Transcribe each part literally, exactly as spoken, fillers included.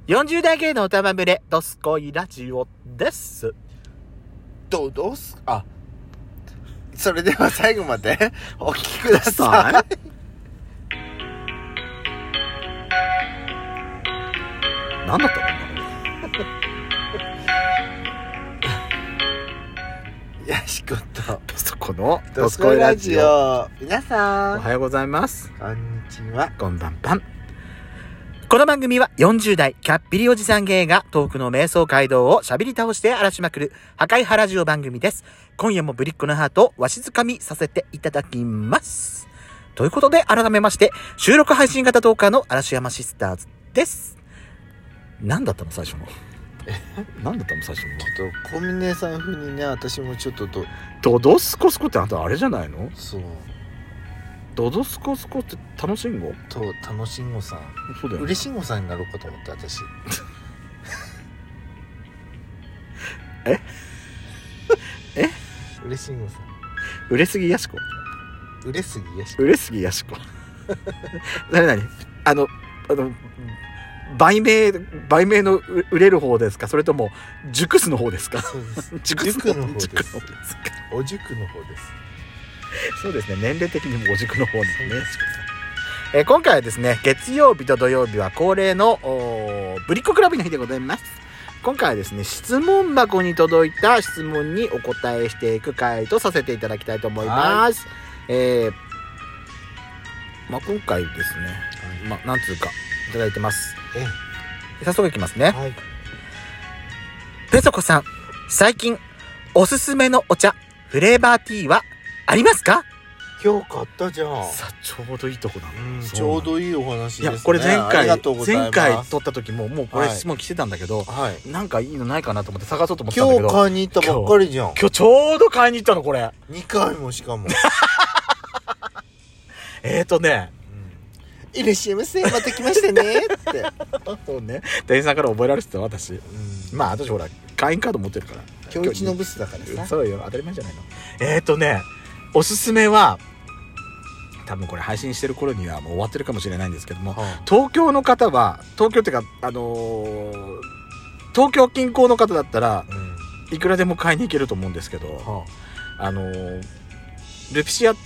よんじゅう代系の歌まぶれドスコイラジオです。 どうどうすあそれでは最後までお聞きください。 何だったのやしことペソコのドスコイラジオ。皆さんおはようございます。 こんにちは。 こんばんぱん。この番組はよんじゅう代キャッピリおじさん芸がトークの瞑想街道を喋り倒して荒らしまくる破壊派ラジオ番組です。今夜もぶりっ子のハートをわしづかみさせていただきます。ということで改めまして収録配信型トーカーの嵐山シスターズです。何だったの最初の何だったの最初のちょっと小峰さん風にね、私もちょっとどドドスコスコってあとあれじゃないの？ そうドドスコスコって楽しんごと楽しんごさん。 そうだよね。 嬉しんごさんになろうかと思って私ええ嬉しんごさん売れすぎやしこ売れすぎやしこ売れすぎやしこなになにあのあの売名売名の売れる方ですか、それとも熟すの方ですか？ そうです熟の方です。 熟の方ですか？ お塾の方です。 そうですね、年齢的にもお塾の方ですね。えー、今回はですね、月曜日と土曜日は恒例のぶりっ子クラブの日でございます。今回はですね、質問箱に届いた質問にお答えしていく回とさせていただきたいと思います。えー、まあ今回ですね、まあなんつうかいただいてます。 え早速いきますね。 はい。 ペソコさん、最近おすすめのお茶フレーバーティーはありますか？ 今日買ったじゃん。 さあちょうどいいとこだね、 うん、ちょうどいいお話ですね。 いやこれ前回ありがとうございます。 前回撮った時ももうこれはい質問来てたんだけど、 はい、 なんかいいのないかなと思って探そうと思ってたんだけど、 今日買いに行ったばっかりじゃん。 今日ちょうど買いに行ったのこれ。 にかいもしかもえーとね、 いらっしゃいませ、また来ましたねってそうね、店員さんから覚えられてた私、うん、まあ私ほら会員カード持ってるから今日一のブスだからさ。 そうよ、当たり前じゃないの。えーとね、おすすめは多分これ配信してる頃にはもう終わってるかもしれないんですけども、はあ、東京の方は東京っていうかあのー、東京近郊の方だったら、うん、いくらでも買いに行けると思うんですけど、はあ、あのー、ルピシアって、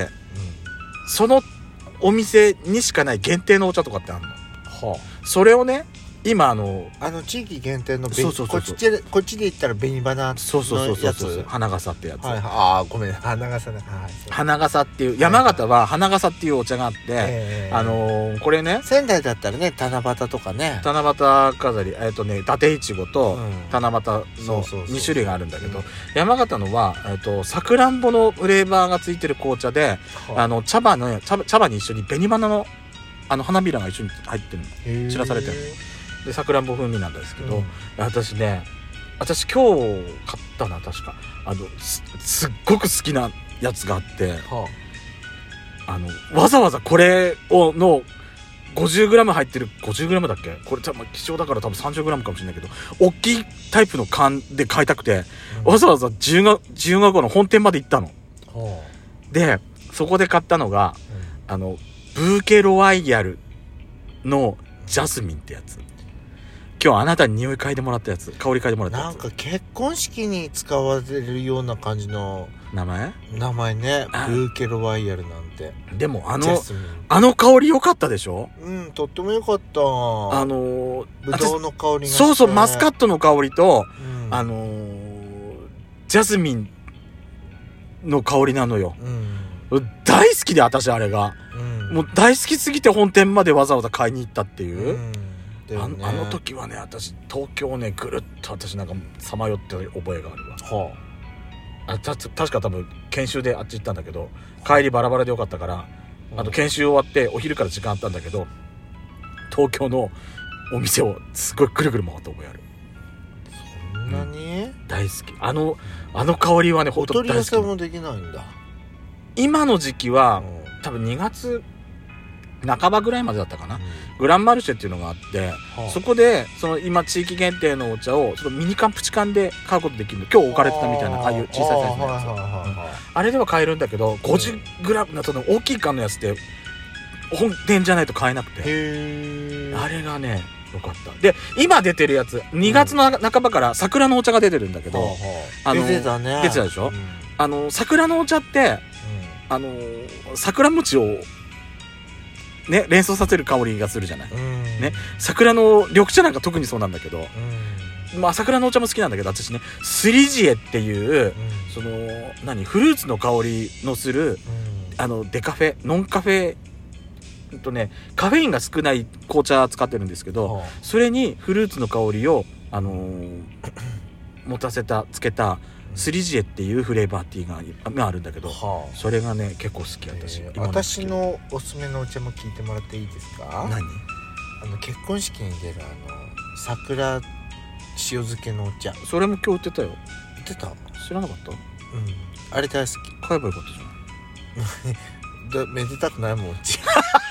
うん、そのお店にしかない限定のお茶とかってあるの、はあ、それをね今あのあの地域限定のそうそうそうそう、 こっちでこっちで言ったら紅花のやつ、 そうそうそうそうそう、花笠ってやつ、 はいはい、ああごめん花笠だ、はい、 花笠っていう山形は花笠っていうお茶があって、 えー、 あのー、これね仙台だったらね七夕とかね、 七夕飾り、えっとね伊達いちごと七夕のに種類があるんだけど、山形のはえっとさくらんぼのフレーバーがついてる紅茶で、はい、あの茶葉の茶葉、茶葉に一緒に紅花のあの花びらが一緒に入ってるの、散らされてるのでさくらんぼ風味なんですけど、うん、私ね私今日買ったな、確かあの す, すっごく好きなやつがあって、はあ、あのわざわざこれをの ごじゅうグラム 入ってる ごじゅうグラム だっけ、これ多分希少だから多分 さんじゅうグラム かもしれないけど大きいタイプの缶で買いたくて、うん、わざわざ自由が自由が丘の本店まで行ったの、はあ、でそこで買ったのが、うん、あのブーケロワイヤルのジャスミンってやつ、今日あなたに匂い嗅いでもらったやつ、香り嗅いでもらったやつ、 なんか結婚式に使われるような感じの名前名前ね、ブーケロワイヤルなんて。 でもあのあの香り良かったでしょ。 うん、とっても良かった。あのブドウの香りがして、 そうそう、マスカットの香りと、うん、あのー、ジャスミンの香りなのよ、うん、大好きで私あれが、うん、もう大好きすぎて本店までわざわざ買いに行ったっていう、うんね、あ, のあの時はね、私東京ねぐるっと私なんかさまよってる覚えがあるわ、はあ、あた確か多分研修であっち行ったんだけど、帰りバラバラでよかったから、うん、あの研修終わってお昼から時間あったんだけど東京のお店をすごいぐるぐる回った覚えある。 そんなに、うん、 大好き、あのあの香りはね本当に大好き。お取り寄せもできないんだ今の時期は、うん、多分にがつなかばぐらいまでだったかな、うん、グランマルシェっていうのがあって、はあ、そこでその今地域限定のお茶をそのミニ缶プチ缶で買うことできるの。今日置かれてたみたいなああいう小さいサイズのやつ、あ, あれでは買えるんだけど ごじゅうグラム のその大きい缶のやつって本店じゃないと買えなくて、へあれがねよかった。で今出てるやつにがつの半ばから桜のお茶が出てるんだけど、うん、 あの出てたね。 出てたでしょ、うん、あの桜のお茶って、うん、あの桜餅をね連想させる香りがするじゃない、うん、ね、桜の緑茶なんか特にそうなんだけど、うん、まあ桜のお茶も好きなんだけど、私ねスリジエっていう、うん、その何フルーツの香りのする、うん、あのデカフェノンカフェとね、カフェインが少ない紅茶使ってるんですけど、はあ、それにフルーツの香りを、あのー、持たせたつけたスリジエっていうフレーバーティー が, があるんだけど、はあ、それがね結構好き。私、 えー、私のおすすめのお茶も聞いてもらっていいですか？ 何？ あの結婚式に出るあの桜塩漬けのお茶。 それも今日売ってたよ。 売ってた？ 知らなかった？うん、 あれ大好き。 買えばよかったじゃん。 めでたくないもんうち。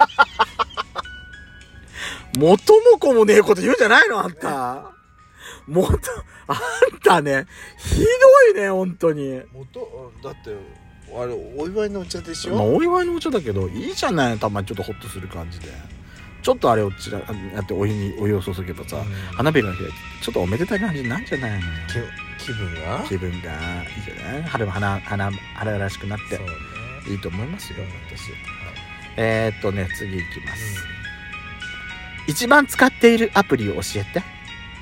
元も子もねえこと言うんじゃないのあんた。元あんたねひどいね本当に。 元だってあれお祝いのお茶でしょ。 まあお祝いのお茶だけどいいじゃない、たまにちょっとホッとする感じでちょっとあれをちらやってお湯にお湯を注げばさ、うん、花びらが開いてちょっとおめでたい感じなんじゃないのよ。 気分が気分がいいじゃない。春も花花春らしくなって、そうね、いいと思いますよ私、はい、えー、っとね次いきます、うん、一番使っているアプリを教えて。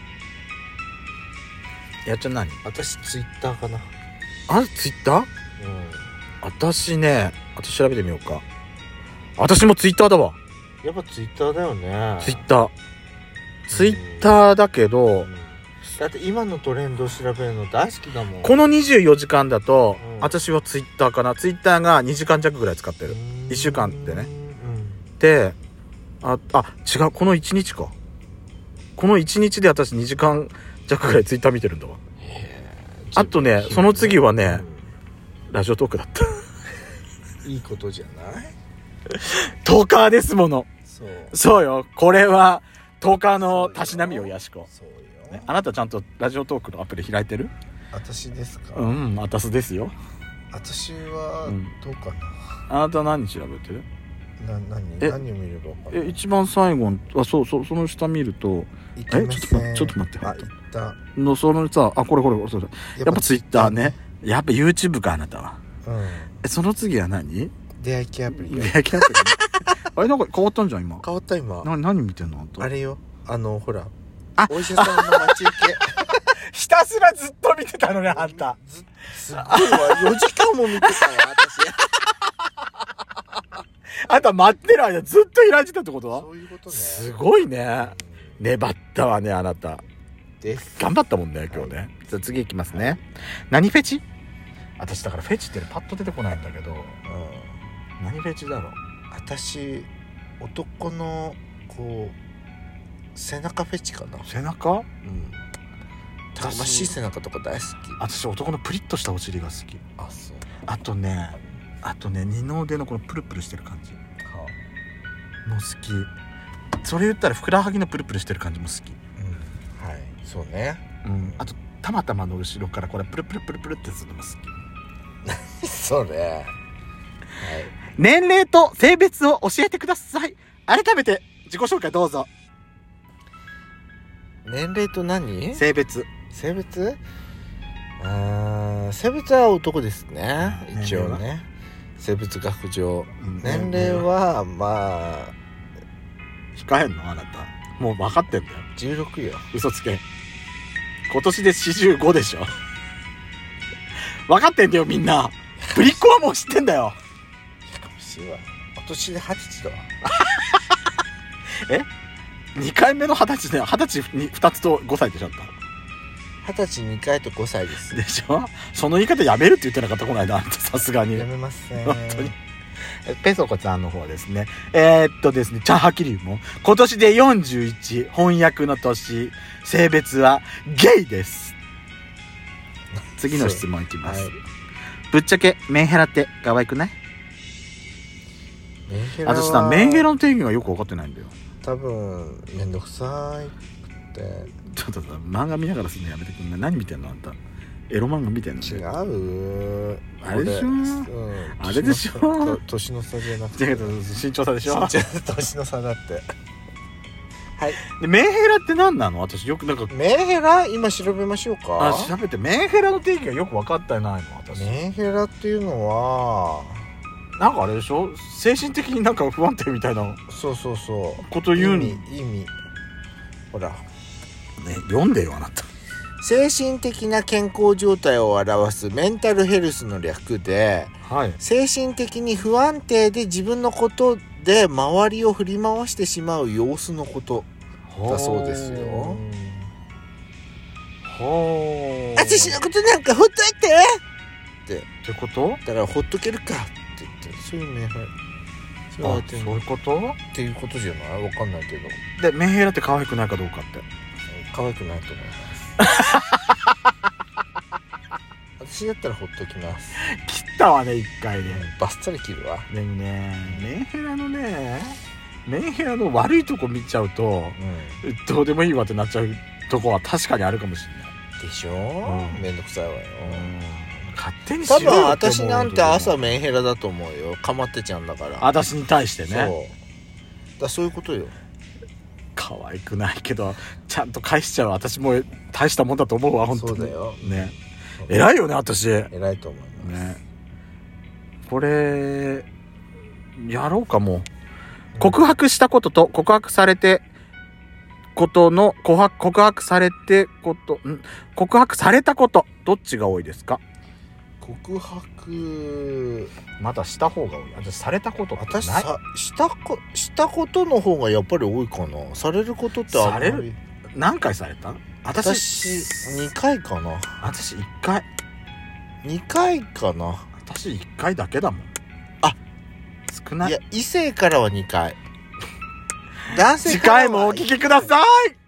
やっちゃん何？ 私ツイッターかな。 あツイッター？うん、私ね私調べてみようか。私もツイッターだわ。 やっぱツイッターだよね。 ツイッターツイッターだけど、うん、 だって今のトレンドを調べるの大好きだもん。 このにじゅうよじかんだと、うん、私はツイッターかな。ツイッターがにじかん弱ぐらい使ってる。いっしゅうかんでね、うん、でああ違うこのいちにちか。このいちにちで私にじかん弱ぐらいツイッター見てるんだわ。あとねその次はね、うん、ラジオトークだった。 いいことじゃない？ トーカーですもの。そうそうよ。これはトーカーのたしなみよやしこ。そうよ、ね、あなたちゃんとラジオトークのアプリ開いてる？ 私ですか？ うん私ですよ。 私はどうかな、 うん、あなた何調べてる？ な何何を見れば分かる？ え一番最後あそうそうその下見るとえちょっと待ってちょっと待ってあいったのそのさあこれこれそれやっぱツイッターねやっぱ YouTube かあなたは、うん、えその次は何？ 出会い系アプリ。 出会い系アプリ、ね、あれなんか変わったんじゃん今。 変わった今。 な何見てんのあんた？ あれよあのほらあお医者さんの待ち受けひたすらずっと見てたのねあんた。 ずすっごいわよじかんも見てたわ私。 あんた待ってる間ずっと開いてたってことは？ そういうことね。 すごいね、うん、粘ったわねあなたです頑張ったもんね今日ね、はい、じゃあ次いきますね。何フェチ？私だからフェチってパッと出てこないんだけど、うん、何フェチだろう。 私男のこう背中フェチかな。 背中？うんたくましい背中とか大好き。 私男のプリッとしたお尻が好き。 あそう。 あとねあとね二の腕のこのプルプルしてる感じも好き。それ言ったらふくらはぎのプルプルしてる感じも好き、 うん、はいそうね、 うん、あとたまたまの後ろからこれプルプルプルプルってするのも好き。それ、はい、 年齢と性別を教えてください。改めて自己紹介どうぞ。 年齢と何？ 性別。 性別？あ性別は男ですね、一応ね。生物学上、うん、年齢はまあ控えんのあなたもう分かってんだよ。 じゅうろくよ。 嘘つけ。今年でよんじゅうごでしょ。分かってんだよみんな。ぶりっ子はもう知ってんだよ。 やかましいわ。今年ではたちだわ。 えにかいめのはたちではたちにふたつとごさいでしょ。 はたちにかいとごさいですでしょ。その言い方やめるって言ってなかったこの間。さすがにやめますね本当に。ペソコちゃんの方はですねえー、っとですねチャンハキリウも今年でよんじゅういち翻訳の年。性別はゲイです。次の質問いきます、はい、ぶっちゃけメンヘラって可愛くない？ メンヘラは私さメンヘラの定義がよく分かってないんだよ。 多分めんどくさいってちょっとさ漫画見ながらするのやめてくんない？何見てんのあんた。エロ漫画見てんの？ 違うあれでしょ、うん、あれでしょ。 年の差じゃなくて身長差でしょ。 年の差だってはい。 でメンヘラって何なの？私よくなんかメンヘラ今調べましょうか。 あ調べてメンヘラの定義がよく分かってないの私。 メンヘラっていうのはなんかあれでしょ、精神的になんか不安定みたいなそうそうそうこと言うに意味意味ほらね、読んでよあなた。 精神的な健康状態を表すメンタルヘルスの略で、 はい、 精神的に不安定で自分のことで周りを振り回してしまう様子のことだそうですよ。 はあ。 私のことなんかほっといてってってこと？ だからほっとけるかって言ってそういうメンヘラあ、そういうことっていうことじゃない？わかんないけでど。 メンヘラって可愛くないかどうかって。 可愛くないと思います私だったらほっときます。 切ったわね一回ね、 バッサリ切るわ。 でもねメンヘラのねメンヘラの悪いとこ見ちゃうと、うん、どうでもいいわってなっちゃうとこは確かにあるかもしれないでしょ、うん、めんどくさいわよ、 うん、勝手にしろよ。 多分私なんて朝メンヘラだと思うよ。かまってちゃんだから私に対してね。 そうだそういうことよ。 可愛くないけどちゃんと返しちゃう。私も大したもんだと思うわ本当に。 そうだよね。偉いよね私。 偉いと思いますね。これやろうかも、うん、告白したことと告白されてことの告白告白されてことん告白されたことどっちが多いですか？ 告白まだした方が多い。私されたことってない。 私さしたこしたことの方がやっぱり多いかな。されることってあんまり。される何回された？ 私にかいかな。 私いっかいにかいかな。 私いっかいだけだもん。 あ少ない。 いや異性からはにかい男性次回もお聞きください。